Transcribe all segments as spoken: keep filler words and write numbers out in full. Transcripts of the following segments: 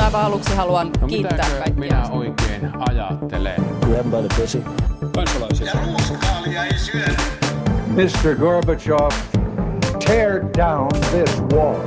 aivan aluksi haluan no, kiittää kaikkia. minä oikein ajattelen? Grab by the pussy. Kansalaisia. Ja ruuskaalia ei syödä. mister Gorbachev, tear down this wall.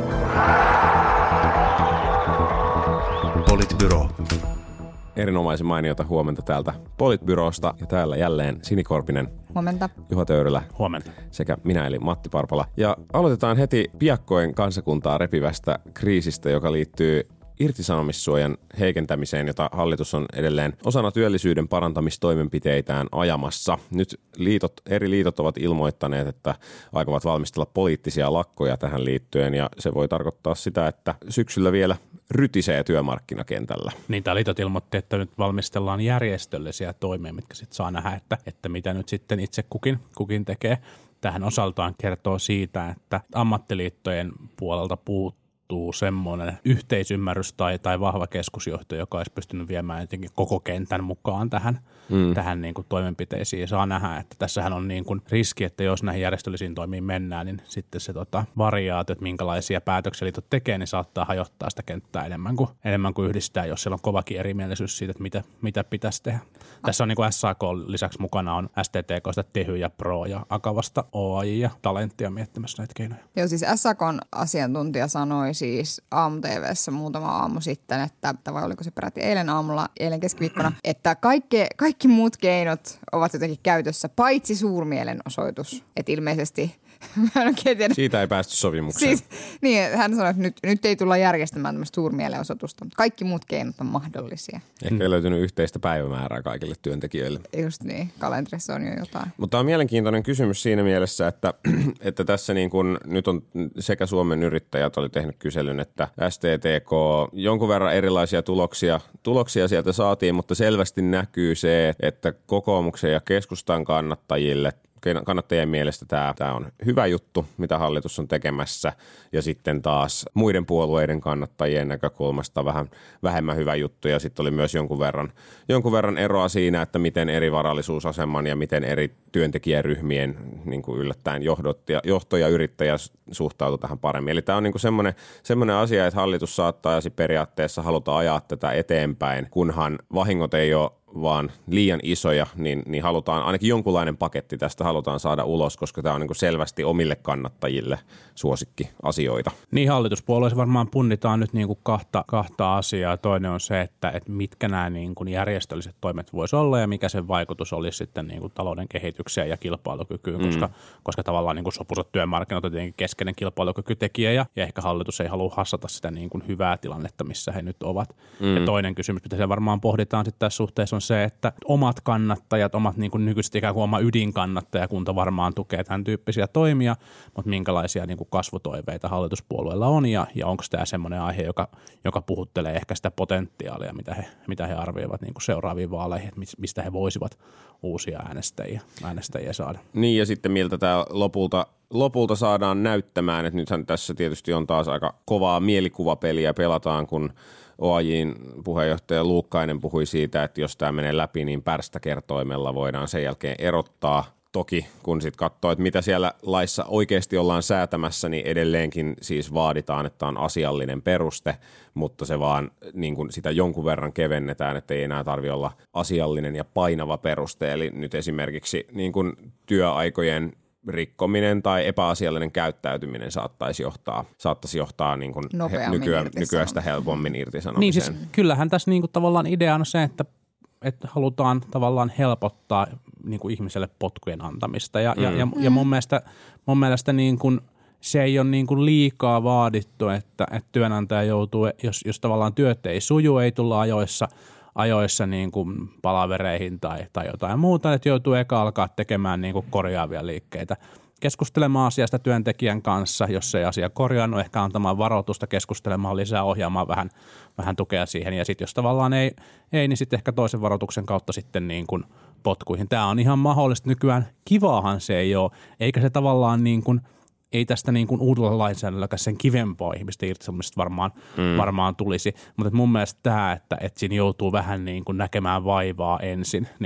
Politbyro. Erinomaisen mainiota huomenta täältä Politbyrosta ja täällä jälleen Sini Korpinen. Huomenta. Juha Töyrylä. Huomenta. Sekä minä eli Matti Parpala. Ja aloitetaan heti piakkoin kansakuntaa repivästä kriisistä, joka liittyy irtisanomissuojan heikentämiseen, jota hallitus on edelleen osana työllisyyden parantamistoimenpiteitään ajamassa. Nyt liitot, eri liitot ovat ilmoittaneet, että aikovat valmistella poliittisia lakkoja tähän liittyen, ja se voi tarkoittaa sitä, että syksyllä vielä rytisee työmarkkinakentällä. Niin, tämä liitot ilmoitti, että nyt valmistellaan järjestöllisiä toimia, mitkä sitten saa nähdä, että, että mitä nyt sitten itse kukin, kukin tekee. Tähän osaltaan kertoo siitä, että ammattiliittojen puolelta puuttuu semmoinen yhteisymmärrys tai, tai vahva keskusjohto, joka olisi pystynyt viemään jotenkin koko kentän mukaan tähän, mm. tähän niin kuin toimenpiteisiin. Saa nähdä, että tässähän on niin kuin riski, että jos näihin järjestöllisiin toimiin mennään, niin sitten se tota, variaatio, että minkälaisia päätöksiä liitot tekee, niin saattaa hajottaa sitä kenttää enemmän kuin, enemmän kuin yhdistää, jos siellä on kovakin erimielisyys siitä, että mitä, mitä pitäisi tehdä. Ah. Tässä on niin kuin S A K lisäksi mukana on S T T K:sta Tehy ja Pro ja Akavasta O A J ja Talenttia miettimässä näitä keinoja. Joo, siis S A K:n asiantuntija sanoi siis aamu-T V:ssä muutama aamu sitten, että, vai oliko se peräti eilen aamulla, eilen keskiviikkona, että kaikki, kaikki muut keinot ovat jotenkin käytössä, paitsi suurmielenosoitus. Että ilmeisesti, mä en oikein tiedä. Siitä ei päästy sopimukseen. Siis, niin, hän sanoi, että nyt, nyt ei tulla järjestämään tämmöistä suurmielenosoitusta, mutta kaikki muut keinot on mahdollisia. Ehkä ei löytynyt yhteistä päivämäärää kaikille työntekijöille. Just niin, kalenterissa on jo jotain. Mutta on mielenkiintoinen kysymys siinä mielessä, että, että tässä niin kun nyt on sekä Suomen Yrittäjät oli tehnyt kyselyn, että S T T K, jonkun verran erilaisia tuloksia, tuloksia sieltä saatiin, mutta selvästi näkyy se, että kokoomuksen ja keskustan kannattajille kannattajien mielestä tämä, tämä on hyvä juttu, mitä hallitus on tekemässä, ja sitten taas muiden puolueiden kannattajien näkökulmasta vähän vähemmän hyvä juttu, ja sitten oli myös jonkun verran, jonkun verran eroa siinä, että miten eri varallisuusaseman ja miten eri työntekijäryhmien niin kuin yllättäen johdot ja, johto ja yrittäjä suhtautuu tähän paremmin. Eli tämä on niin kuin semmoinen, semmoinen asia, että hallitus saattaa ja periaatteessa haluta ajaa tätä eteenpäin, kunhan vahingot ei ole vaan liian isoja, niin, niin halutaan ainakin jonkunlainen paketti tästä halutaan saada ulos, koska tämä on niin kuin selvästi omille kannattajille suosikki asioita. Niin, hallituspuolueessa varmaan punnitaan nyt niin kuin kahta, kahta asiaa. Toinen on se, että, että mitkä nämä niin kuin järjestölliset toimet voisi olla ja mikä sen vaikutus olisi sitten niin kuin talouden kehitykseen ja kilpailukykyyn, mm. koska, koska tavallaan niin kuin sopuisat työmarkkinat on tietenkin keskeinen kilpailukykytekijä ja, ja ehkä hallitus ei halua hassata sitä niin kuin hyvää tilannetta, missä he nyt ovat. Mm. Ja toinen kysymys, mitä siellä varmaan pohditaan sitten tässä suhteessa on se, että omat kannattajat, omat niin kuin nykyiset ikään kuin oma ydinkannattajakunta varmaan tukee tämän tyyppisiä toimia, mutta minkälaisia niin kuin kasvutoiveita hallituspuolueilla on ja, ja onko tämä semmoinen aihe, joka, joka puhuttelee ehkä sitä potentiaalia, mitä he, mitä he arvioivat niin kuin seuraaviin vaaleihin, että mistä he voisivat uusia äänestäjiä, äänestäjiä saada. Niin ja sitten miltä tämä lopulta Lopulta saadaan näyttämään, että nythän tässä tietysti on taas aika kovaa mielikuvapeliä pelataan, kun O A J:n puheenjohtaja Luukkainen puhui siitä, että jos tämä menee läpi, niin pärstäkertoimella voidaan sen jälkeen erottaa. Toki kun sitten katsoo, että mitä siellä laissa oikeasti ollaan säätämässä, niin edelleenkin siis vaaditaan, että on asiallinen peruste, mutta se vaan niin kuin sitä jonkun verran kevennetään, että ei enää tarvitse olla asiallinen ja painava peruste. Eli nyt esimerkiksi niin kuin työaikojen rikkominen tai epäasiallinen käyttäytyminen saattaisi johtaa, saattaisi johtaa niin kuin nykyä, nykyästä helpommin irtisanomiseen. Niin siis kyllähän tässä niin kuin tavallaan idea on se, että, että halutaan tavallaan helpottaa niin kuin ihmiselle potkujen antamista ja, mm. ja, ja, ja mun mielestä, mun mielestä niin kuin se ei ole niin kuin liikaa vaadittu, että, että työnantaja joutuu, jos, jos tavallaan työt ei suju, ei tulla ajoissa, ajoissa niin kuin palavereihin tai, tai jotain muuta, että joutuu eka alkaa tekemään niin kuin korjaavia liikkeitä. Keskustelemaan asiasta työntekijän kanssa, jos ei asia korjaannut, ehkä antamaan varoitusta, keskustelemaan lisää, ohjaamaan vähän, vähän tukea siihen. Ja sitten jos tavallaan ei, ei niin sitten ehkä toisen varoituksen kautta sitten niin kuin potkuihin. Tämä on ihan mahdollista nykyään. Kivaahan se ei ole, eikä se tavallaan niin kuin ei tästä niin kuin uudella lainsäädännölläkään sen kivempaa ihmisten irtisanomisesta varmaan, mm. varmaan tulisi. Mutta mun mielestä tämä, että, että siinä joutuu vähän niin kuin näkemään vaivaa ensin, niin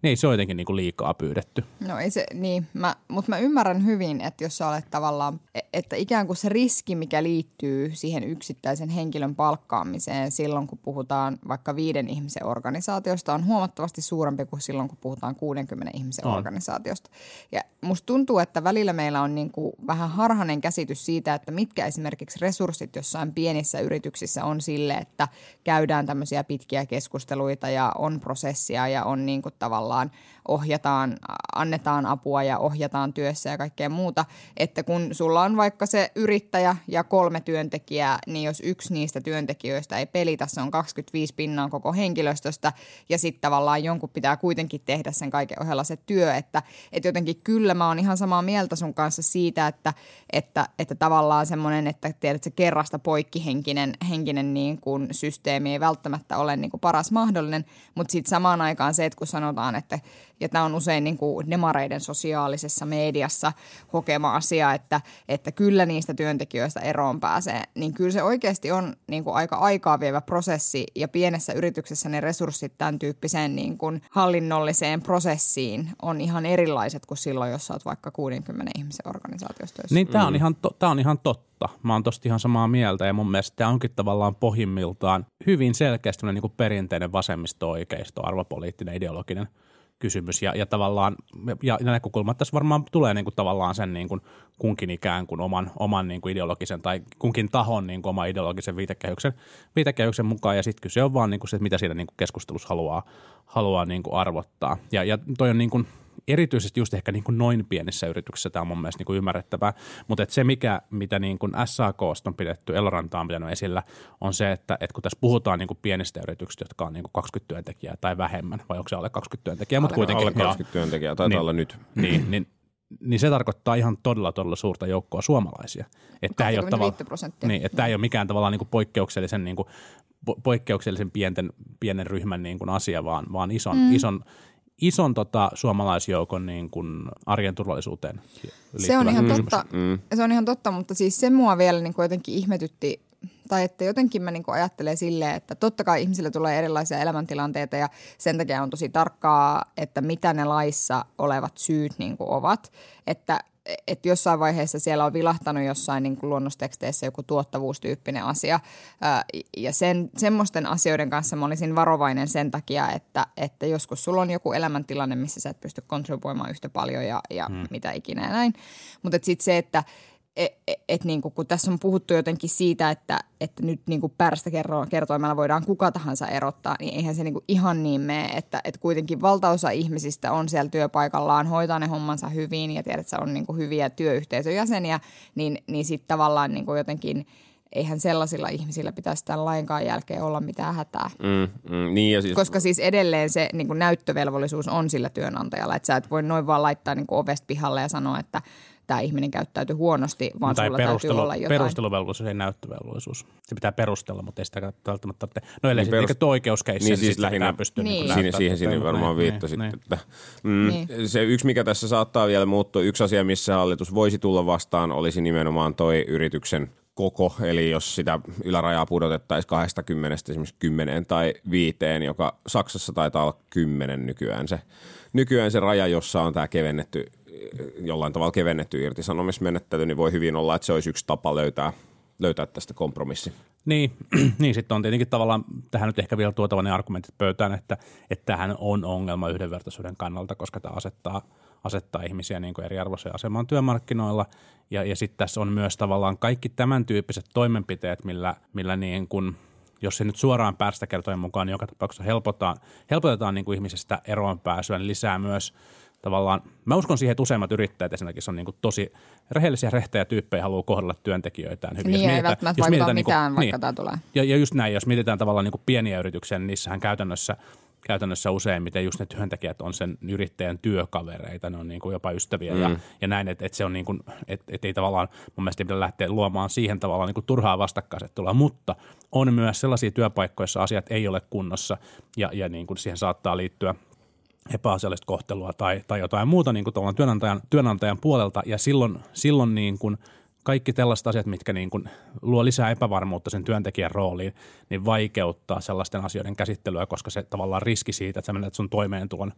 niin se on jotenkin niin kuin liikaa pyydetty. No ei se, niin, mä, mutta mä ymmärrän hyvin, että jos sä olet tavallaan, että ikään kuin se riski, mikä liittyy siihen yksittäisen henkilön palkkaamiseen silloin, kun puhutaan vaikka viiden ihmisen organisaatiosta, on huomattavasti suurempi kuin silloin, kun puhutaan kuudenkymmenen ihmisen on. organisaatiosta. Ja musta tuntuu, että välillä meillä on niin kuin vähän harhainen käsitys siitä, että mitkä esimerkiksi resurssit jossain pienissä yrityksissä on sille, että käydään tämmöisiä pitkiä keskusteluita ja on prosessia ja on niin kuin tavallaan ohjataan, annetaan apua ja ohjataan työssä ja kaikkea muuta, että kun sulla on vaikka se yrittäjä ja kolme työntekijää, niin jos yksi niistä työntekijöistä ei pelitä, se on kaksikymmentäviisi pinnaa koko henkilöstöstä ja sitten tavallaan jonkun pitää kuitenkin tehdä sen kaiken ohella se työ, että, että jotenkin kyllä mä oon ihan samaa mieltä sun kanssa siitä, että, että, että tavallaan semmoinen, että tiedät, se kerrasta poikkihenkinen henkinen niin kuin systeemi ei välttämättä ole niin kuin paras mahdollinen, mutta sitten samaan aikaan se, että kun sanotaan, että ja tämä on usein niin kuin demareiden sosiaalisessa mediassa hokema asia, että, että kyllä niistä työntekijöistä eroon pääsee, niin kyllä se oikeasti on niin kuin aika aikaa vievä prosessi ja pienessä yrityksessä ne resurssit tämän tyyppiseen niin kuin hallinnolliseen prosessiin on ihan erilaiset kuin silloin, jos olet vaikka kuudenkymmenen ihmisen organisaatiossa töissä. Niin tämä on, ihan to, tämä on ihan totta. Mä oon tosta ihan samaa mieltä ja mun mielestä tämä onkin tavallaan pohjimmiltaan hyvin selkeästi niin kuin perinteinen vasemmisto-oikeisto, arvopoliittinen, ideologinen kysymys ja, ja tavallaan, ja näkökulmat tässä varmaan tulee niin kuin tavallaan sen niin kuin kunkin ikään kuin oman, oman niin kuin ideologisen tai kunkin tahon niin kuin oman ideologisen viitekehyksen, viitekehyksen mukaan ja sitten kyse on vaan niin kuin se, että mitä siinä niin kuin keskustelussa haluaa, haluaa niin kuin arvottaa ja, ja toi on niin kuin erityisesti just ehkä niin kuin noin pienissä yrityksissä tämä on mun mielestä niin kuin ymmärrettävää, mutta se mikä, mitä niin kuin S A K:sta on pidetty, Eloranta on pitänyt esillä, on se, että, että kun tässä puhutaan niin kuin pienistä yrityksistä, jotka on niin kuin kaksikymmentä työntekijää tai vähemmän, vai onko se alle kaksikymmentä työntekijää, mutta kuitenkin. Alle kaksikymmentä työntekijää, taitaa niin, olla nyt. Niin, niin, niin se tarkoittaa ihan todella, todella suurta joukkoa suomalaisia. Että tämä ei ole tavallaan, niin, että tämä ei ole mikään tavallaan niin kuin poikkeuksellisen, niin kuin, poikkeuksellisen pienten, pienen ryhmän niin kuin asia, vaan, vaan ison, mm. ison ison tota, suomalaisjoukon niin kuin arjen turvallisuuteen liittyvä se on ihan kysymys. totta, mm. Se on ihan totta, mutta siis se mua vielä niin kuin jotenkin ihmetytti, tai että jotenkin mä niin kuin ajattelen silleen, että totta kai ihmisillä tulee erilaisia elämäntilanteita ja sen takia on tosi tarkkaa, että mitä ne laissa olevat syyt niin kuin ovat, että että jossain vaiheessa siellä on vilahtanut jossain niin kuin luonnosteksteissä joku tuottavuustyyppinen asia ää, ja sen, semmoisten asioiden kanssa mä olisin varovainen sen takia, että, että joskus sulla on joku elämäntilanne, missä sä et pysty kontribuoimaan yhtä paljon ja, ja hmm. mitä ikinä ja näin, mutta sitten se, että et, et, et niin kuin, kun tässä on puhuttu jotenkin siitä, että, että nyt niin kuin pärstä kertoimella voidaan kuka tahansa erottaa, niin eihän se niin kuin ihan niin mene, että, että kuitenkin valtaosa ihmisistä on siellä työpaikallaan, hoitaa ne hommansa hyvin ja tiedät, että se on niin kuin hyviä työyhteisön jäseniä, niin, niin sitten tavallaan niin kuin jotenkin eihän sellaisilla ihmisillä pitäisi tämän lainkaan jälkeen olla mitään hätää. Mm, mm, niin ja siis, koska siis edelleen se niin kuin näyttövelvollisuus on sillä työnantajalla, että sä et voi noin vaan laittaa niin kuin ovesta pihalle ja sanoa, että tämä ihminen käyttäytyy huonosti, vaan tai sulla täytyy olla jotain. Perusteluvelvollisuus ei näyttövelvollisuus. Se pitää perustella, mutta ei sitä välttämättä tarvitse. No ellei niin sitten oikeuskeissa, niin siis niin lähinnä pystyy niin. niin siihen, siihen sinne varmaan viittasit. Niin, että, mm, niin. Se yksi, mikä tässä saattaa vielä muuttua, yksi asia, missä hallitus voisi tulla vastaan, olisi nimenomaan toi yrityksen koko, eli jos sitä ylärajaa pudotettaisiin kaksikymmentä esimerkiksi kymmeneen tai viiteen, joka Saksassa taitaa olla kymmenen nykyään se, nykyään se raja, jossa on tämä kevennetty, jollain tavalla kevennetty irtisanomismenettely, niin voi hyvin olla, että se olisi yksi tapa löytää, löytää tästä kompromissi. Niin, niin sitten on tietenkin tavallaan, tähän nyt ehkä vielä tuotava ne argumentit pöytään, että, että tämähän on ongelma yhdenvertaisuuden kannalta, koska tämä asettaa, asettaa ihmisiä niin kuin eriarvoiseen asemaan työmarkkinoilla. Ja, ja sitten tässä on myös tavallaan kaikki tämän tyyppiset toimenpiteet, millä, millä niin kuin, jos se nyt suoraan pärstäkertojen mukaan, niin joka tapauksessa helpotetaan, helpotetaan niin kuin ihmisestä eroon pääsyä, niin lisää myös tavallaan, mä uskon siihen, että useimmat yrittäjät esimerkiksi on niin kuin tosi rehellisiä, rehtejä tyyppejä, haluaa kohdella työntekijöitään hyvin. Niin, ei välttämättä vaikuta mitään, niin kuin, vaikka niin, tämä tulee. Ja, ja just näin, jos mietitään tavallaan niin kuin pieniä yrityksiä, niin niissähän käytännössä, käytännössä useimmiten just ne työntekijät on sen yrittäjän työkavereita, ne on niin kuin jopa ystäviä mm. ja, ja näin, että et se on niin kuin, että et ei tavallaan mun mielestä ei pidä lähteä luomaan siihen tavallaan niin kuin turhaa vastakkaisettelua, mutta on myös sellaisia työpaikkoja, joissa asiat ei ole kunnossa ja, ja niin kuin siihen saattaa liittyä epäasiallista kohtelua tai, tai jotain muuta niin kuin työnantajan, työnantajan puolelta ja silloin, silloin niin kuin kaikki tällaiset asiat, mitkä niin kuin luo lisää epävarmuutta sen työntekijän rooliin, niin vaikeuttaa sellaisten asioiden käsittelyä, koska se tavallaan riski siitä, että sä menet sun toimeentulon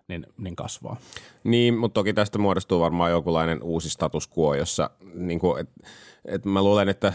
niin, niin kasvaa. Niin, mutta toki tästä muodostuu varmaan jonkunlainen uusi status quo, jossa niin kuin, et, et mä luulen, että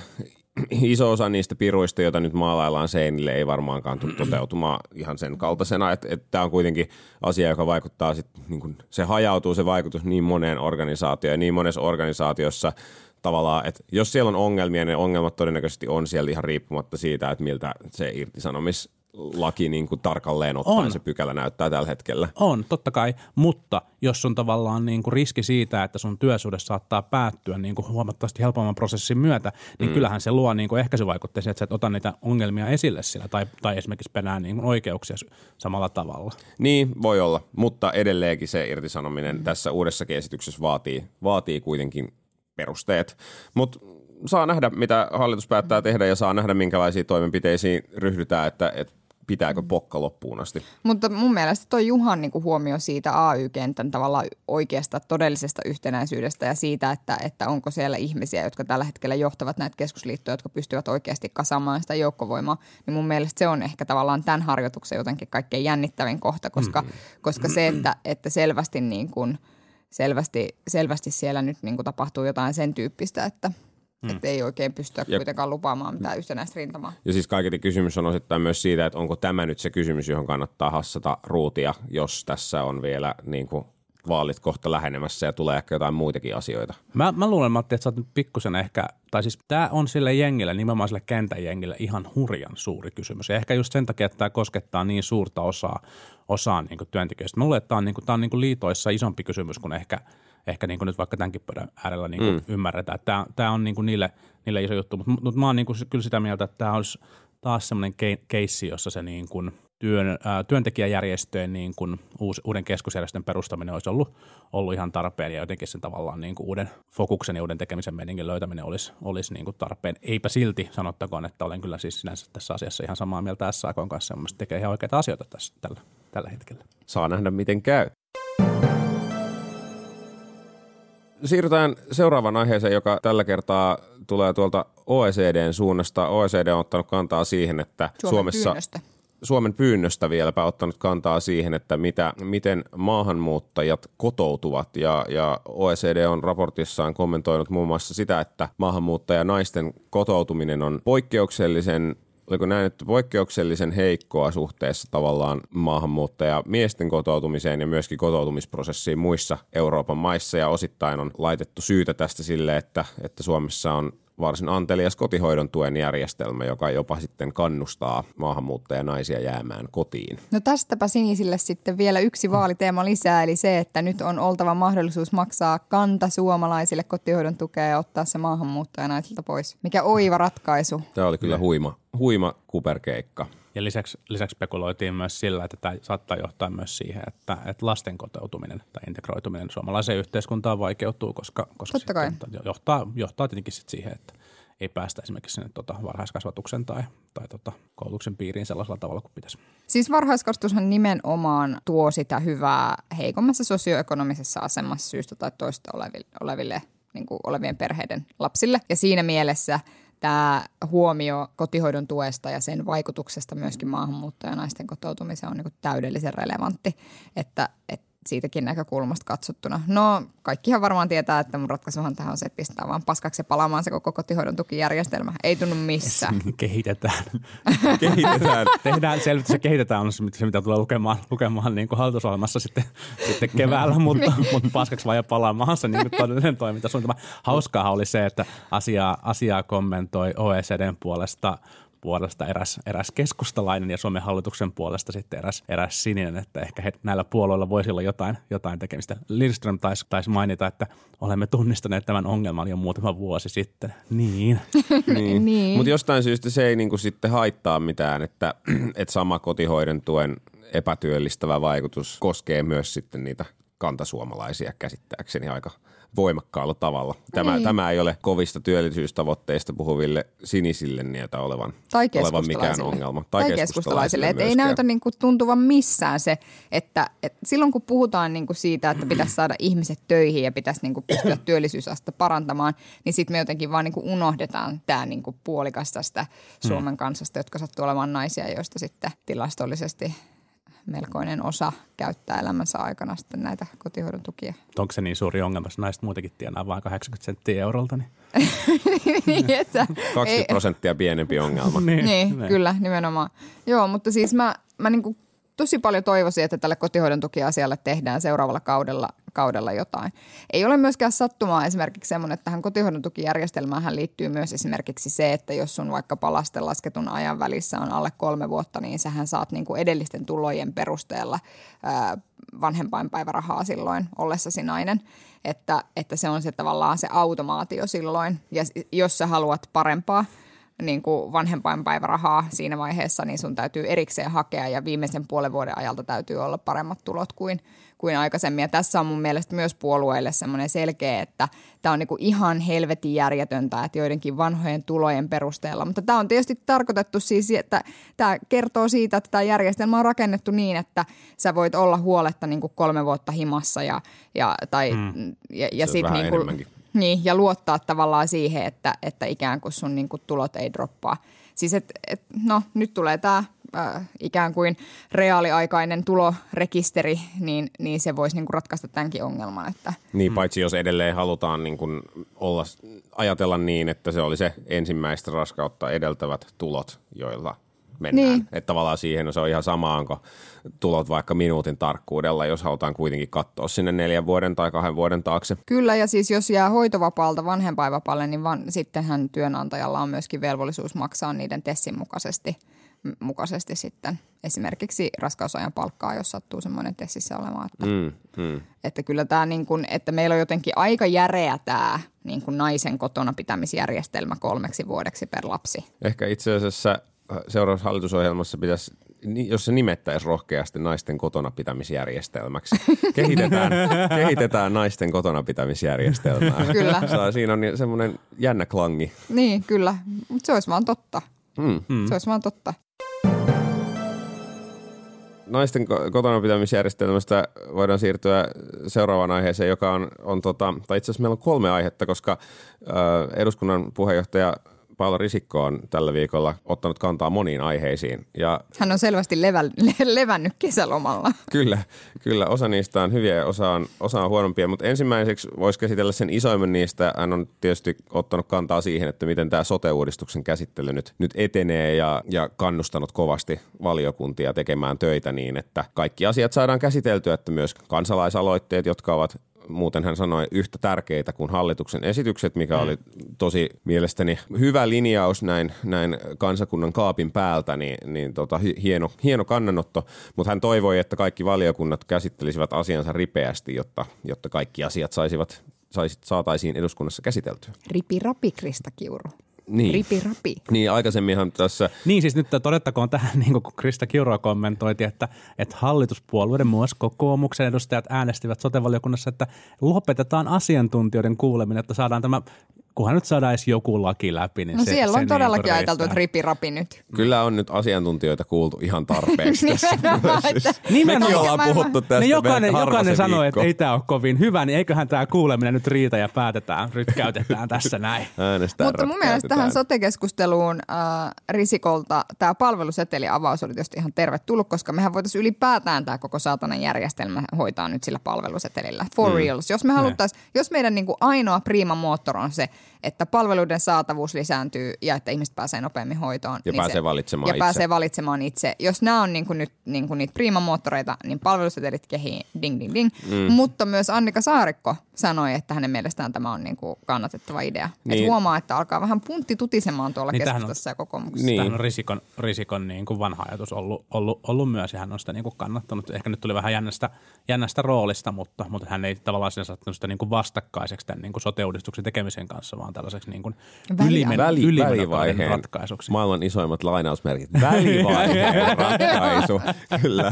iso osa niistä piruista, joita nyt maalaillaan seinille, ei varmaankaan tule toteutumaan ihan sen kaltaisena, että, että tämä on kuitenkin asia, joka vaikuttaa sit, niin kuin, se hajautuu se vaikutus niin moneen organisaatioon ja niin monessa organisaatiossa tavallaan, että jos siellä on ongelmia, ne ongelmat todennäköisesti on siellä ihan riippumatta siitä, että miltä se irtisanomis laki niin kuin tarkalleen ottaen on. Se pykälä näyttää tällä hetkellä. On, totta kai, mutta jos on tavallaan niin kuin riski siitä, että sun työsuhde saattaa päättyä niin kuin huomattavasti helpomman prosessin myötä, niin mm. kyllähän se luo niin kuin ehkäisyvaikutteisia, että sä et ota niitä ongelmia esille sillä tai, tai esimerkiksi penää niin kuin oikeuksia samalla tavalla. Niin, voi olla, mutta edelleenkin se irtisanominen mm. tässä uudessakin esityksessä vaatii, vaatii kuitenkin perusteet, mutta saa nähdä, mitä hallitus päättää tehdä ja saa nähdä, minkälaisiin toimenpiteisiin ryhdytään, että, että pitääkö pokka loppuun asti. Mutta mun mielestä toi Juhan niin kuin huomio siitä A Y-kentän tavallaan oikeasta todellisesta yhtenäisyydestä ja siitä, että, että onko siellä ihmisiä, jotka tällä hetkellä johtavat näitä keskusliittoja, jotka pystyvät oikeasti kasaamaan sitä joukkovoimaa, niin mun mielestä se on ehkä tavallaan tämän harjoituksen jotenkin kaikkein jännittävin kohta, koska, mm-hmm. koska se, että, että selvästi, niin kuin, selvästi, selvästi siellä nyt niin kuin tapahtuu jotain sen tyyppistä, että Hmm. Että ei oikein pystyä ja kuitenkaan lupaamaan mitään yhtenäistä rintamaa. Ja siis kaiketi kysymys on osittain myös siitä, että onko tämä nyt se kysymys, johon kannattaa hassata ruutia, jos tässä on vielä niin kuin vaalit kohta lähenemässä ja tulee ehkä jotain muitakin asioita. Mä, mä luulen, Matti, että sä oot nyt pikkusen ehkä, tai siis tää on sille jengille, nimenomaan sille kentän jengille ihan hurjan suuri kysymys. Ja ehkä just sen takia, että tämä koskettaa niin suurta osaa, osaa niin kuin työntekijöistä. Mä luulen, että tämä on, niin kuin, tää on niin kuin liitoissa isompi kysymys kuin ehkä Ehkä niin kuin nyt vaikka tämänkin pöydän äärellä niin kuin mm. ymmärretään. Tämä, tämä on niin kuin niille, niille iso juttu, mutta, mutta mä oon niin kuin kyllä sitä mieltä, että tämä olisi taas semmoinen keissi, jossa se niin kuin työn, ää, työntekijäjärjestöjen niin kuin uusi, uuden keskusjärjestön perustaminen olisi ollut, ollut ihan tarpeen ja jotenkin sen tavallaan niin kuin uuden fokuksen ja uuden tekemisen meningin löytäminen olisi, olisi niin kuin tarpeen. Eipä silti sanottakoon, että olen kyllä siis sinänsä tässä asiassa ihan samaa mieltä S A K:n kanssa ja mun mielestä tekee ihan oikeita asioita tässä tällä, tällä hetkellä. Saa nähdä, miten käy. Siirrytään seuraavaan aiheeseen, joka tällä kertaa tulee tuolta O E C D:n suunnasta. O E C D on ottanut kantaa siihen, että Suomen Suomessa pyynnöstä. Suomen pyynnöstä vieläpä ottanut kantaa siihen, että mitä, miten maahanmuuttajat kotoutuvat. Ja, ja O E C D on raportissaan kommentoinut muun muassa sitä, että maahanmuuttajanaisten kotoutuminen on poikkeuksellisen Oliko näin, että poikkeuksellisen heikkoa suhteessa tavallaan maahanmuuttaja miesten kotoutumiseen ja myöskin kotoutumisprosessiin muissa Euroopan maissa ja osittain on laitettu syytä tästä sille, että, että Suomessa on varsin antelias kotihoidon tuen järjestelmä, joka jopa sitten kannustaa maahanmuuttajanaisia jäämään kotiin. No tästäpä sinisille sitten vielä yksi vaaliteema lisää, eli se, että nyt on oltava mahdollisuus maksaa kanta suomalaisille kotihoidon tukea ja ottaa se maahanmuuttajanaisilta pois. Mikä oiva ratkaisu. Tämä oli kyllä huima, huima kuperkeikka. Ja lisäksi, lisäksi spekuloitiin myös sillä, että tämä saattaa johtaa myös siihen, että, että lasten kotoutuminen tai integroituminen suomalaiseen yhteiskuntaan vaikeutuu, koska, koska johtaa, johtaa tietenkin sit siihen, että ei päästä esimerkiksi sinne tota varhaiskasvatuksen tai, tai tota koulutuksen piiriin sellaisella tavalla kuin pitäisi. Siis varhaiskasvatushan nimenomaan tuo sitä hyvää heikommassa sosioekonomisessa asemassa syystä tai toista oleville, oleville niin kuin olevien perheiden lapsille. Ja siinä mielessä tämä huomio kotihoidon tuesta ja sen vaikutuksesta myöskin maahanmuuttajanaisten kotoutumiseen on niin kuin täydellisen relevantti, että, että siitäkin näkökulmasta katsottuna. No kaikkihan varmaan tietää, että mun ratkaisuhan tähän on se, että pistää vaan paskaksi ja palaamaan se koko kotihoidon tukijärjestelmä. Ei tunnu missään. Kehitetään. Kehitetään. Tehdään selvitys ja kehitetään on se, mitä tulee lukemaan, lukemaan niin kuin hallitusohjelmassa sitten, sitten keväällä, mutta, mutta paskaksi vaan ja palaamaan se niin kuin todellinen toimintasuunnitelma. Hauskaahan oli se, että asiaa, asiaa kommentoi O E C D:n puolesta puolesta eräs, eräs keskustalainen ja Suomen hallituksen puolesta sitten eräs, eräs sininen, että ehkä he, näillä puolueilla voisi olla jotain, jotain tekemistä. Lindström taisi, taisi mainita, että olemme tunnistaneet tämän ongelman jo muutama vuosi sitten. Niin. niin. niin. Mutta jostain syystä se ei niinku sitten haittaa mitään, että, että sama kotihoidon tuen epätyöllistävä vaikutus koskee myös sitten niitä kantasuomalaisia käsittääkseni aika voimakkaalla tavalla. Tämä ei. tämä ei ole kovista työllisyystavoitteista puhuville sinisille niitä olevan, tai olevan mikään ongelma. Tai, tai keskustalaisille. Että ei näytä niin kuin tuntuvan missään se, että, että silloin kun puhutaan niin kuin siitä, että pitäisi saada ihmiset töihin ja pitäisi niin kuin pystyä työllisyysastetta parantamaan, niin sitten me jotenkin vaan niin kuin unohdetaan tämä niin kuin puolikas tästä Suomen kansasta, jotka sattuu olemaan naisia, joista sitten tilastollisesti melkoinen osa käyttää elämänsä aikana sitten näitä kotihoidon tukia. Onko se niin suuri ongelma, jos naiset muutenkin tienaa vain kahdeksankymmentä senttiä eurolta? Niin, niin, että, kaksikymmentä prosenttia pienempi ongelma. niin, niin kyllä, nimenomaan. Joo, mutta siis mä, mä niinku tosi paljon toivoisin, että tälle kotihoidon tukiasialle tehdään seuraavalla kaudella, kaudella jotain. Ei ole myöskään sattumaa esimerkiksi semmoinen, että tähän kotihoidon tukijärjestelmään liittyy myös esimerkiksi se, että jos sun vaikkapa lasten lasketun ajan välissä on alle kolme vuotta, niin sähän saat niinku edellisten tulojen perusteella ää, vanhempainpäivärahaa silloin ollessasi nainen. Että, että se on se tavallaan se automaatio silloin, ja jos sä haluat parempaa niin kuin vanhempainpäivärahaa siinä vaiheessa, niin sun täytyy erikseen hakea ja viimeisen puolen vuoden ajalta täytyy olla paremmat tulot kuin, kuin aikaisemmin. Ja tässä on mun mielestä myös puolueille semmoinen selkeä, että tämä on niin kuin ihan helvetin järjetöntä, että joidenkin vanhojen tulojen perusteella. Mutta tämä on tietysti tarkoitettu siis, että tämä kertoo siitä, että tämä järjestelmä on rakennettu niin, että sä voit olla huoletta niin kuin kolme vuotta himassa ja, ja, tai, mm. ja, ja sitten niin kuin niin, ja luottaa tavallaan siihen, että, että ikään kuin sun niin kuin tulot ei droppaa. Siis et, et, no nyt tulee tämä äh, ikään kuin reaaliaikainen tulorekisteri, niin, niin se voisi niin kuin ratkaista tämänkin ongelman. Että. Niin, paitsi jos edelleen halutaan niin kuin olla, ajatella niin, että se oli se ensimmäistä raskautta edeltävät tulot, joilla mennään. Niin. Että tavallaan siihen se on ihan sama, onko tulot vaikka minuutin tarkkuudella, jos halutaan kuitenkin katsoa sinne neljän vuoden tai kahden vuoden taakse. Kyllä, ja siis jos jää hoitovapaalta vanhempainvapaalle, niin van, sittenhän työnantajalla on myöskin velvollisuus maksaa niiden tessin mukaisesti, mukaisesti sitten esimerkiksi raskausajan palkkaa, jos sattuu semmoinen tessissä olemaan. Että, mm, mm. että kyllä tämä niin kuin, että meillä on jotenkin aika järeä tämä niin kuin naisen kotona pitämisjärjestelmä kolmeksi vuodeksi per lapsi. Ehkä itse asiassa seuraavassa hallitusohjelmassa pitäisi, jos se nimettäisi rohkeasti naisten kotona pitämisjärjestelmäksi. Kehitetään, kehitetään naisten kotona pitämisjärjestelmää. Kyllä. Saa, siinä on semmoinen jännä klangi. Niin, kyllä. Mutta se olisi vaan totta. Mm. Se olisi vaan totta. Naisten kotona pitämisjärjestelmästä voidaan siirtyä seuraavaan aiheeseen, joka on, on tota, tai itse asiassa meillä on kolme aihetta, koska äh, eduskunnan puheenjohtaja Paula Risikko on tällä viikolla ottanut kantaa moniin aiheisiin. Ja hän on selvästi levä, levännyt kesälomalla. Kyllä, kyllä. Osa niistä on hyviä ja osa on, osa on huonompia, mutta ensimmäiseksi voisi käsitellä sen isoimman niistä. Hän on tietysti ottanut kantaa siihen, että miten tämä sote-uudistuksen käsittely nyt, nyt etenee ja, ja kannustanut kovasti valiokuntia tekemään töitä niin, että kaikki asiat saadaan käsiteltyä, että myös kansalaisaloitteet, jotka ovat muuten hän sanoi yhtä tärkeitä kuin hallituksen esitykset, mikä oli tosi mielestäni hyvä linjaus näin, näin kansakunnan kaapin päältä, niin, niin tota, hieno, hieno kannanotto. Mutta hän toivoi, että kaikki valiokunnat käsittelisivät asiansa ripeästi, jotta, jotta kaikki asiat saisivat, saisit, saataisiin eduskunnassa käsiteltyä. Ripi rapi, Krista Kiuru. Niin. Ripi rapi. Niin, aikaisemminhan tässä. Niin, siis nyt todettakoon tähän, niin kuin Krista Kiurua kommentoiti, että, että hallituspuolueiden muassa kokoomuksen edustajat äänestivät sote-valiokunnassa, että lopetetaan asiantuntijoiden kuuleminen, että saadaan tämä, kunhan nyt saadaan edes joku laki läpi. Niin no se, siellä se on todellakin niin ajateltu, että ripi rapi nyt. Kyllä on nyt asiantuntijoita kuultu ihan tarpeeksi tässä. Nimenomaan, mekin ollaan puhuttu tästä. Niin jokainen, jokainen sanoo, että viikko. ei tämä ole kovin hyvä, niin eiköhän tämä kuuleminen nyt riitä ja päätetään, rytkäytetään tässä näin. Äänestään, mutta mun mielestä tähän sote-keskusteluun äh, Risikolta tämä palveluseteliavaus oli tietysti ihan tervetullut, koska mehän voitaisiin ylipäätään tämä koko saatanan järjestelmä hoitaa nyt sillä palvelusetelillä. For mm. reals. Jos me haluttaisiin, jos meidän niinku ainoa prima moottor on se, että palveluiden saatavuus lisääntyy ja että ihmiset pääsee nopeammin hoitoon. Ja niin pääsee se, valitsemaan ja itse. pääsee valitsemaan itse. Jos nämä on niinku nyt niinku niitä priimamoottoreita, niin palvelusetelit kehii ding ding ding. Mm. Mutta myös Annika Saarikko sanoi, että hänen mielestään tämä on niinku kannatettava idea. Niin. Et huomaa, että alkaa vähän puntti tutisemaan tuolla niin keskustassa on, ja kokoomuksessa. Niin. Tämähän on Risikon, Risikon niin kuin vanha ajatus ollut, ollut, ollut myös ja hän on sitä niin kuin kannattanut. Ehkä nyt tuli vähän jännästä, jännästä roolista, mutta, mutta hän ei tavallaan sen saattanut sitä niin kuin vastakkaiseksi tämän niin kuin sote-uudistuksen tekemisen kanssa, vaan tällaiseksi niin kuin ylimen, Väli, ylimenokkauden ratkaisuksi. Maailman isoimmat lainausmerkit. Välivaiheen ratkaisu. Kyllä.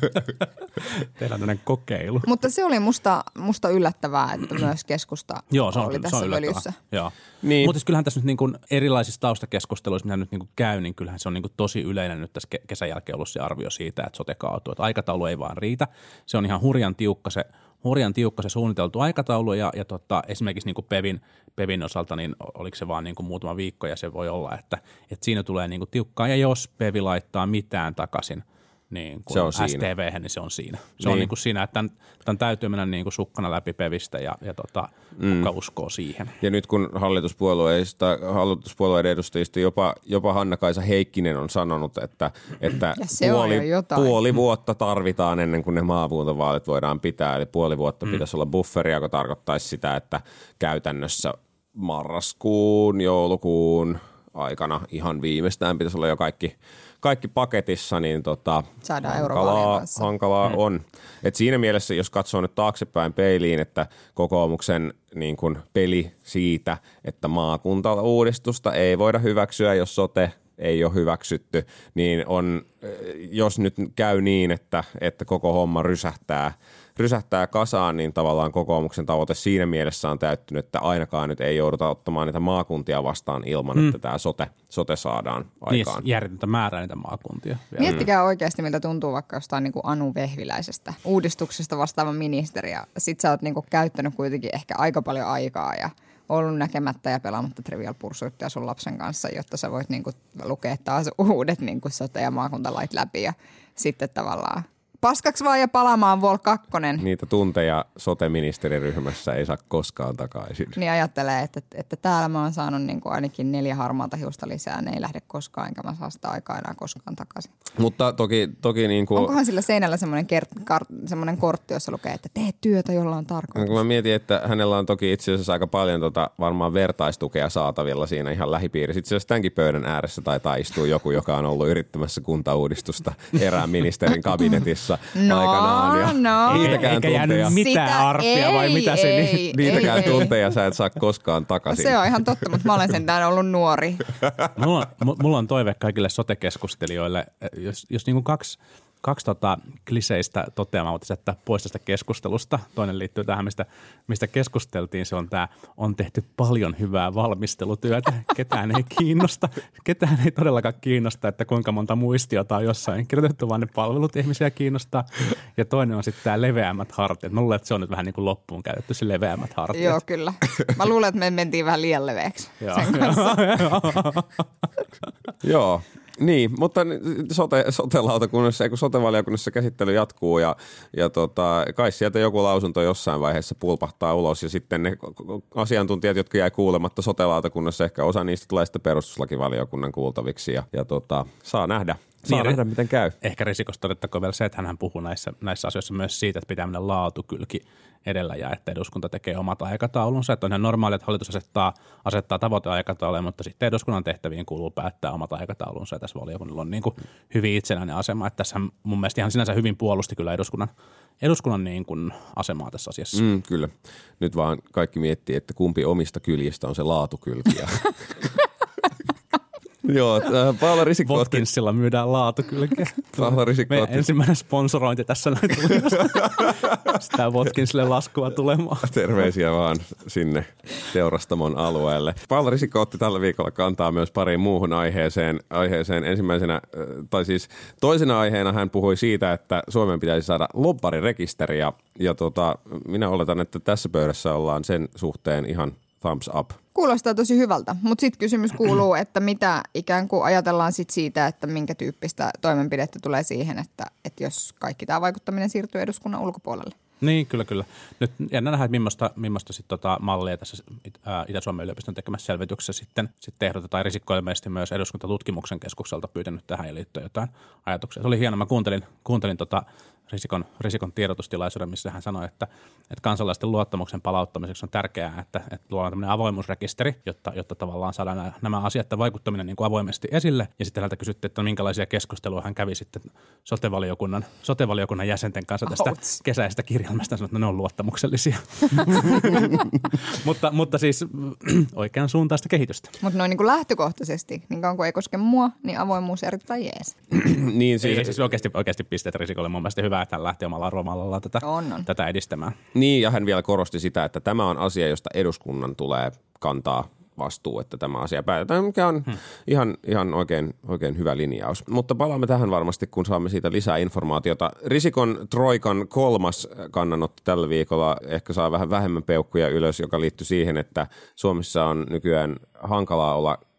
Teillä on tämmöinen kokeilu. Mutta se oli musta, musta yllättävää, että myös keskusta Joo, se on, oli tässä se on pölyssä. Joo. Niin. Mutta kyllähän tässä nyt niin kuin erilaisissa taustakeskusteluissa, mitä nyt niin kuin käy, niin kyllähän se on niin kuin tosi yleinen nyt tässä kesän jälkeen ollut se arvio siitä, että sote kaatuu. Että aikataulu ei vaan riitä. Se on ihan hurjan tiukka se, hurjan tiukka se suunniteltu aikataulu ja, ja tota, esimerkiksi niin kuin Pevin, Pevin osalta, niin oliko se vaan niin kuin muutama viikko ja se voi olla, että, että siinä tulee niin kuin tiukkaa. Ja jos Pevi laittaa mitään takaisin, niin se on S siinä. T V:hen, niin se on siinä. Se niin. on niin kuin siinä, että tämän, tämän täytyy mennä niin kuin sukkana läpi pevistä ja, ja tota, mm. kuka uskoo siihen. Ja nyt kun hallituspuolueista, hallituspuolueiden edustajista jopa, jopa Hanna-Kaisa Heikkinen on sanonut, että, että puoli, puoli vuotta tarvitaan ennen kuin ne maakuntavaalit voidaan pitää. Eli puoli vuotta mm. pitäisi olla bufferia, joka tarkoittaisi sitä, että käytännössä marraskuun, joulukuun aikana ihan viimeistään pitäisi olla jo kaikki, kaikki paketissa, niin tota, hankalaa, hankalaa mm. on. Et siinä mielessä, jos katsoo nyt taaksepäin peiliin, että kokoomuksen niin kun peli siitä, että maakuntauudistusta ei voida hyväksyä, jos sote ei ole hyväksytty, niin on, jos nyt käy niin, että, että koko homma rysähtää, rysähtää kasaan, niin tavallaan kokoomuksen tavoite siinä mielessä on täyttynyt, että ainakaan nyt ei jouduta ottamaan niitä maakuntia vastaan ilman, mm. että tämä sote, sote saadaan aikaan. Niin, järjetöntä määrää niitä maakuntia. Miettikää oikeasti, miltä tuntuu vaikka jostain niin kuin Anu Vehviläisestä uudistuksesta vastaava ministeri, ja sit sä oot niin kuin käyttänyt kuitenkin ehkä aika paljon aikaa ja ollut näkemättä ja pelaamatta Trivial Pursuitia sun lapsen kanssa, jotta sä voit niinku lukea taas uudet niinku sote- ja maakuntalait läpi ja sitten tavallaan paskaksi vaan ja palaamaan Vol kakkonen. Niitä tunteja sote-ministeriryhmässä ei saa koskaan takaisin. Niin ajattelee, että, että täällä mä oon saanut niinku ainakin neljä harmaata hiusta lisää, ne ei lähde koskaan, enkä mä saa sitä aikaa enää koskaan takaisin. Mutta toki, toki niin kuin... Onkohan sillä seinällä semmoinen, kert- kar- semmoinen kortti, jossa lukee, että tee työtä, jolla on tarkoitus? Kun mä mietin, että hänellä on toki itse asiassa aika paljon tota, varmaan vertaistukea saatavilla siinä ihan lähipiirissä. Itse asiassa tämänkin pöydän ääressä taitaa istua joku, joka on ollut yrittämässä kuntauudistusta erään ministerin kabinetissa no, aikanaan. Ja no. niitäkään eikä jäänyt mitään Sitä arppia vai mitä se ei, niin? Niitäkään ei, tunteja sä et saa koskaan takaisin. Se on ihan totta, mutta mä olen sentään ollut nuori. Mulla on, mulla on toive kaikille sote-keskustelijoille, jos, jos niin kuin kaksi, kaksi tota kliseistä toteamaa voitaisiin jättää pois tästä keskustelusta. Toinen liittyy tähän, mistä, mistä keskusteltiin. Se on tämä, on tehty paljon hyvää valmistelutyötä. Ketään ei kiinnosta. Ketään ei todellakaan kiinnosta, että kuinka monta muistiota on jossain kirjoitettu, vaan ne palvelut ihmisiä kiinnostaa. Ja toinen on sitten tämä leveämmät hartiat. Mä luulen, että se on nyt vähän niin kuin loppuun käytetty, se leveämmät hartiat. Joo, kyllä. Mä luulen, että me mentiin vähän liian leveäksi sen kanssa. Joo. Niin, mutta sote, sote-lautakunnassa, kun sote-valiokunnassa käsittely jatkuu ja, ja tota, kai sieltä joku lausunto jossain vaiheessa pulpahtaa ulos ja sitten ne asiantuntijat, jotka jäi kuulematta sote-lautakunnassa, ehkä osa niistä tulee sitten perustuslakivaliokunnan kuultaviksi ja, ja tota, saa nähdä. Saa niin, nähdä, miten käy. Ehkä Risikosta todettakoon vielä se, että hän puhuu näissä, näissä asioissa myös siitä, että pitää mennä laatukylki edellä ja että eduskunta tekee omat aikataulunsa. Että on ihan normaali, että hallitus asettaa, asettaa tavoiteaikatauluja, mutta sitten eduskunnan tehtäviin kuuluu päättää omat aikataulunsa. Ja tässä valiokunnalla on niin kuin hyvin itsenäinen asema. Että tässä mun mielestä ihan sinänsä hyvin puolusti kyllä eduskunnan, eduskunnan niin kuin asemaa tässä asiassa. Mm, kyllä. Nyt vaan kaikki miettii, että kumpi omista kyljistä on se laatukylki. Joo, äh, Paula Risikko otti... Watkinsilla myydään laatukylkeä. Paula Risikko Meidän otti... ensimmäinen sponsorointi tässä näin tuli. Sitä Watkinsille laskua tulemaan. Terveisiä vaan sinne teurastamon alueelle. Paula Risikko otti tällä viikolla kantaa myös pariin muuhun aiheeseen. aiheeseen. Ensimmäisenä, tai siis toisena aiheena hän puhui siitä, että Suomeen pitäisi saada lobbarirekisteri. Ja, ja tota, minä oletan, että tässä pöydässä ollaan sen suhteen ihan thumbs up. Kuulostaa tosi hyvältä, mutta sitten kysymys kuuluu, että mitä ikään kuin ajatellaan sit siitä, että minkä tyyppistä toimenpidettä tulee siihen, että, että jos kaikki tämä vaikuttaminen siirtyy eduskunnan ulkopuolelle. Niin, kyllä, kyllä. Nyt jännä nähdä, että millaista, millaista sit tota mallia tässä ää, Itä-Suomen yliopiston tekemässä selvityksessä sitten, sitten ehdotetaan. Risikko ilmeisesti myös eduskuntatutkimuksen keskukselta pyytänyt tähän ja liittyen jotain ajatuksia. Se oli hienoa. Mä kuuntelin, kuuntelin tota Risikon, Risikon tiedotustilaisuuden, missä hän sanoi, että, että kansalaisten luottamuksen palauttamiseksi on tärkeää, että, että luodaan tämmöinen avoimuusrekisteri, jotta, jotta tavallaan saadaan nämä, nämä asiat ja vaikuttaminen niin kuin avoimesti esille. Ja sitten häneltä kysyttiin, että minkälaisia keskusteluja hän kävi sitten sote-valiokunnan, sote-valiokunnan jäsenten kanssa tästä Outs. kesäisestä kirjelmästä. Sanoi, että ne on luottamuksellisia. mutta, mutta siis oikean suuntaista kehitystä. Mutta noin niin kuin lähtökohtaisesti, niin kauan kuin ei koske mua, niin avoimuus erittäin jees. niin siis, siis oikeasti, oikeasti pisteet Risikolle mun mielestä hyvä, että hän lähti omalla arvomallallaan tätä, on, on. tätä edistämään. Niin, ja hän vielä korosti sitä, että tämä on asia, josta eduskunnan tulee kantaa vastuu, että tämä asia päätetään, mikä on hmm. ihan, ihan oikein, oikein hyvä linjaus. Mutta palaamme tähän varmasti, kun saamme siitä lisää informaatiota. Risikon Troikan kolmas kannanotto tällä viikolla ehkä saa vähän vähemmän peukkuja ylös, joka liittyy siihen, että Suomessa on nykyään hankalaa olla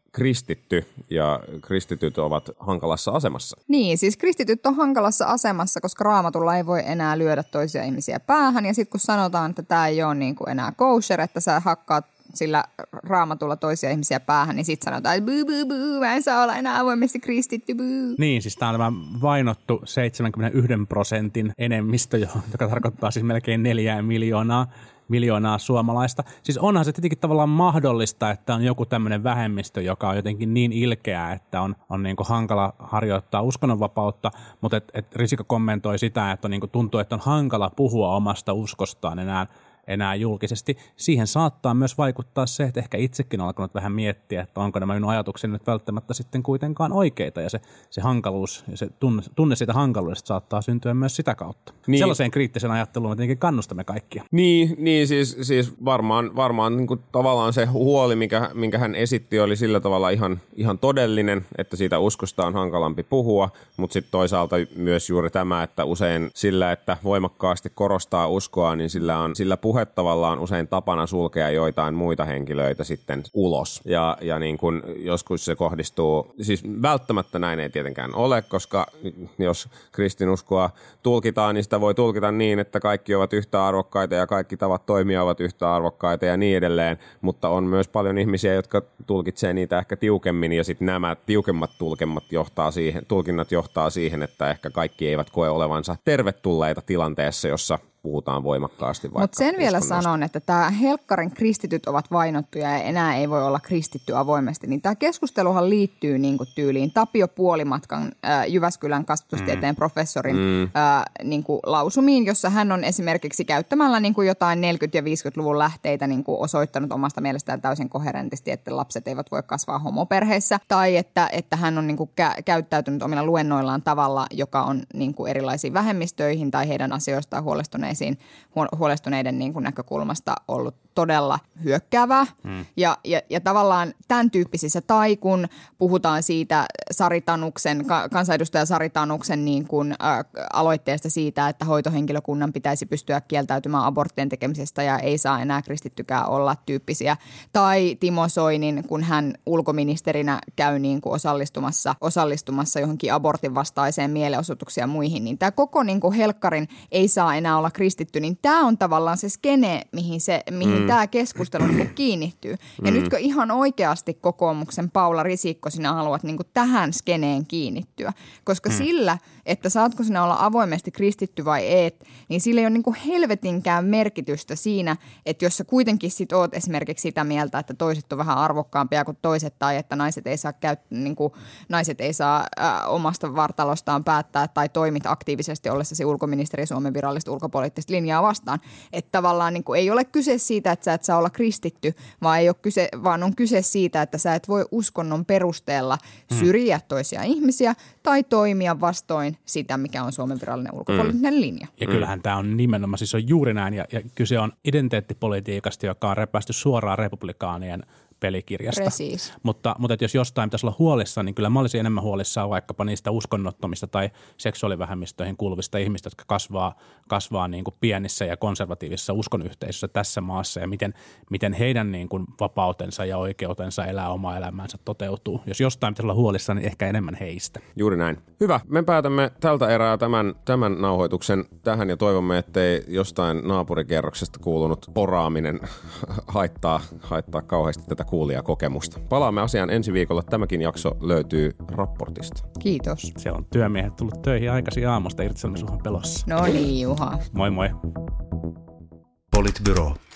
kristitty ja kristityt ovat hankalassa asemassa. Niin, siis kristityt on hankalassa asemassa, koska Raamatulla ei voi enää lyödä toisia ihmisiä päähän. Ja sitten kun sanotaan, että tämä ei ole niin kuin enää kosher, että sä hakkaat sillä Raamatulla toisia ihmisiä päähän, niin sitten sanotaan, että buu, buu, buu, mä en saa olla enää avoimesti kristitty, buu. Niin, siis tämä on tämä vainottu seitsemänkymmentäyksi prosentin enemmistö, joka tarkoittaa siis melkein neljää miljoonaa. miljoonaa suomalaista. Siis onhan se tietenkin tavallaan mahdollista, että on joku tämmöinen vähemmistö, joka on jotenkin niin ilkeä, että on, on niin kuin hankala harjoittaa uskonnonvapautta, mutta et, et Risikko kommentoi sitä, että on niin kuin tuntuu, että on hankala puhua omasta uskostaan enää enää julkisesti. Siihen saattaa myös vaikuttaa se, että ehkä itsekin on alkanut vähän miettiä, että onko nämä minun ajatukseni nyt välttämättä sitten kuitenkaan oikeita, ja se, se hankaluus ja se tunne, tunne siitä hankaluudesta saattaa syntyä myös sitä kautta. Niin. Sellaiseen kriittisen ajatteluun me tietenkin kannustamme kaikkia. Niin, niin siis, siis varmaan, varmaan niin kuin tavallaan se huoli, mikä, minkä hän esitti, oli sillä tavalla ihan, ihan todellinen, että siitä uskosta on hankalampi puhua, mutta sitten toisaalta myös juuri tämä, että usein sillä, että voimakkaasti korostaa uskoa, niin sillä on sillä puhe tavallaan usein tapana sulkea joitain muita henkilöitä sitten ulos. Ja, ja niin kuin joskus se kohdistuu, siis välttämättä näin ei tietenkään ole, koska jos kristinuskoa tulkitaan, niin sitä voi tulkita niin, että kaikki ovat yhtä arvokkaita ja kaikki tavat toimia ovat yhtä arvokkaita ja niin edelleen, mutta on myös paljon ihmisiä, jotka tulkitsee niitä ehkä tiukemmin ja sitten nämä tiukemmat tulkemmat johtaa siihen, tulkinnat johtaa siihen, että ehkä kaikki eivät koe olevansa tervetulleita tilanteessa, jossa puhutaan voimakkaasti vaikka. Mutta sen vielä sanon, että tämä helkkarin kristityt ovat vainottuja ja enää ei voi olla kristitty avoimesti. Niin tämä keskusteluhan liittyy niin kuin tyyliin Tapio Puolimatkan äh, Jyväskylän kasvatustieteen mm. professorin mm. Äh, niin kuin lausumiin, jossa hän on esimerkiksi käyttämällä niin kuin jotain neljäkymmentä- ja viisikymmentäluvun lähteitä niin kuin osoittanut omasta mielestään täysin koherentisti, että lapset eivät voi kasvaa homoperheissä. Tai että, että hän on niin kuin kä- käyttäytynyt omilla luennoillaan tavalla, joka on niin kuin erilaisiin vähemmistöihin tai heidän asioistaan huolestuneisiin huolestuneiden niin kuin näkökulmasta ollut todella hyökkäävää. Hmm. Ja, ja, ja tavallaan tämän tyyppisissä, tai kun puhutaan siitä Sari Tanuksen, kansanedustaja Sari Tanuksen niin kuin, ä, aloitteesta siitä, että hoitohenkilökunnan pitäisi pystyä kieltäytymään aborttien tekemisestä ja ei saa enää kristittykään olla tyyppisiä. Tai Timo Soinin, kun hän ulkoministerinä käy niin kuin osallistumassa, osallistumassa johonkin abortin vastaiseen mielenosoituksiin ja muihin, niin tämä koko niin kuin helkkarin ei saa enää olla kristitty, niin tämä on tavallaan se skene, mihin, se, mihin mm. tämä keskustelu niin kiinnittyy. Ja mm. nytkö ihan oikeasti kokoomuksen Paula Risikko sinä haluat niin tähän skeneen kiinnittyä? Koska mm. sillä, että saatko sinä olla avoimesti kristitty vai et, niin sillä ei ole niin helvetinkään merkitystä siinä, että jos sä kuitenkin sit oot esimerkiksi sitä mieltä, että toiset on vähän arvokkaampia kuin toiset tai että naiset ei saa, käyt, niin kuin, naiset ei saa äh, omasta vartalostaan päättää tai toimit aktiivisesti ollessasi ulkoministeri Suomen virallista ulkopoliittista linjaa vastaan. Että tavallaan niin kuin, ei ole kyse siitä, että sä et saa olla kristitty, vaan, ei ole kyse, vaan on kyse siitä, että sä et voi uskonnon perusteella syrjiä toisia ihmisiä tai toimia vastoin sitä, mikä on Suomen virallinen ulkopoliittinen mm. linja. Ja kyllähän tämä on nimenomaan, siis on juuri näin, ja, ja kyse on identiteettipolitiikasta, joka on repästy suoraan republikaanien pelikirjasta. Precis. Mutta, mutta jos jostain pitäisi olla huolissaan, niin kyllä mä olisin enemmän huolissaan vaikkapa niistä uskonnottomista tai seksuaalivähemmistöihin kuuluvista ihmistä, jotka kasvaa, kasvaa niin kuin pienissä ja konservatiivisissa uskonyhteisöissä tässä maassa ja miten, miten heidän niin kuin vapautensa ja oikeutensa elää omaa elämäänsä toteutuu. Jos jostain pitäisi olla huolissaan, niin ehkä enemmän heistä. Juuri näin. Hyvä. Me päätämme tältä erää tämän, tämän nauhoituksen tähän ja toivomme, ettei jostain naapurikerroksesta kuulunut poraaminen haittaa, haittaa kauheasti tätä kuulijakokemusta. Palaamme asiaan ensi viikolla. Tämäkin jakso löytyy raportista. Kiitos. Siellä on työmiehet tullut töihin aikaisin aamusta irtisanomisuhan pelossa. No niin, Juha. Moi moi. Politbyro.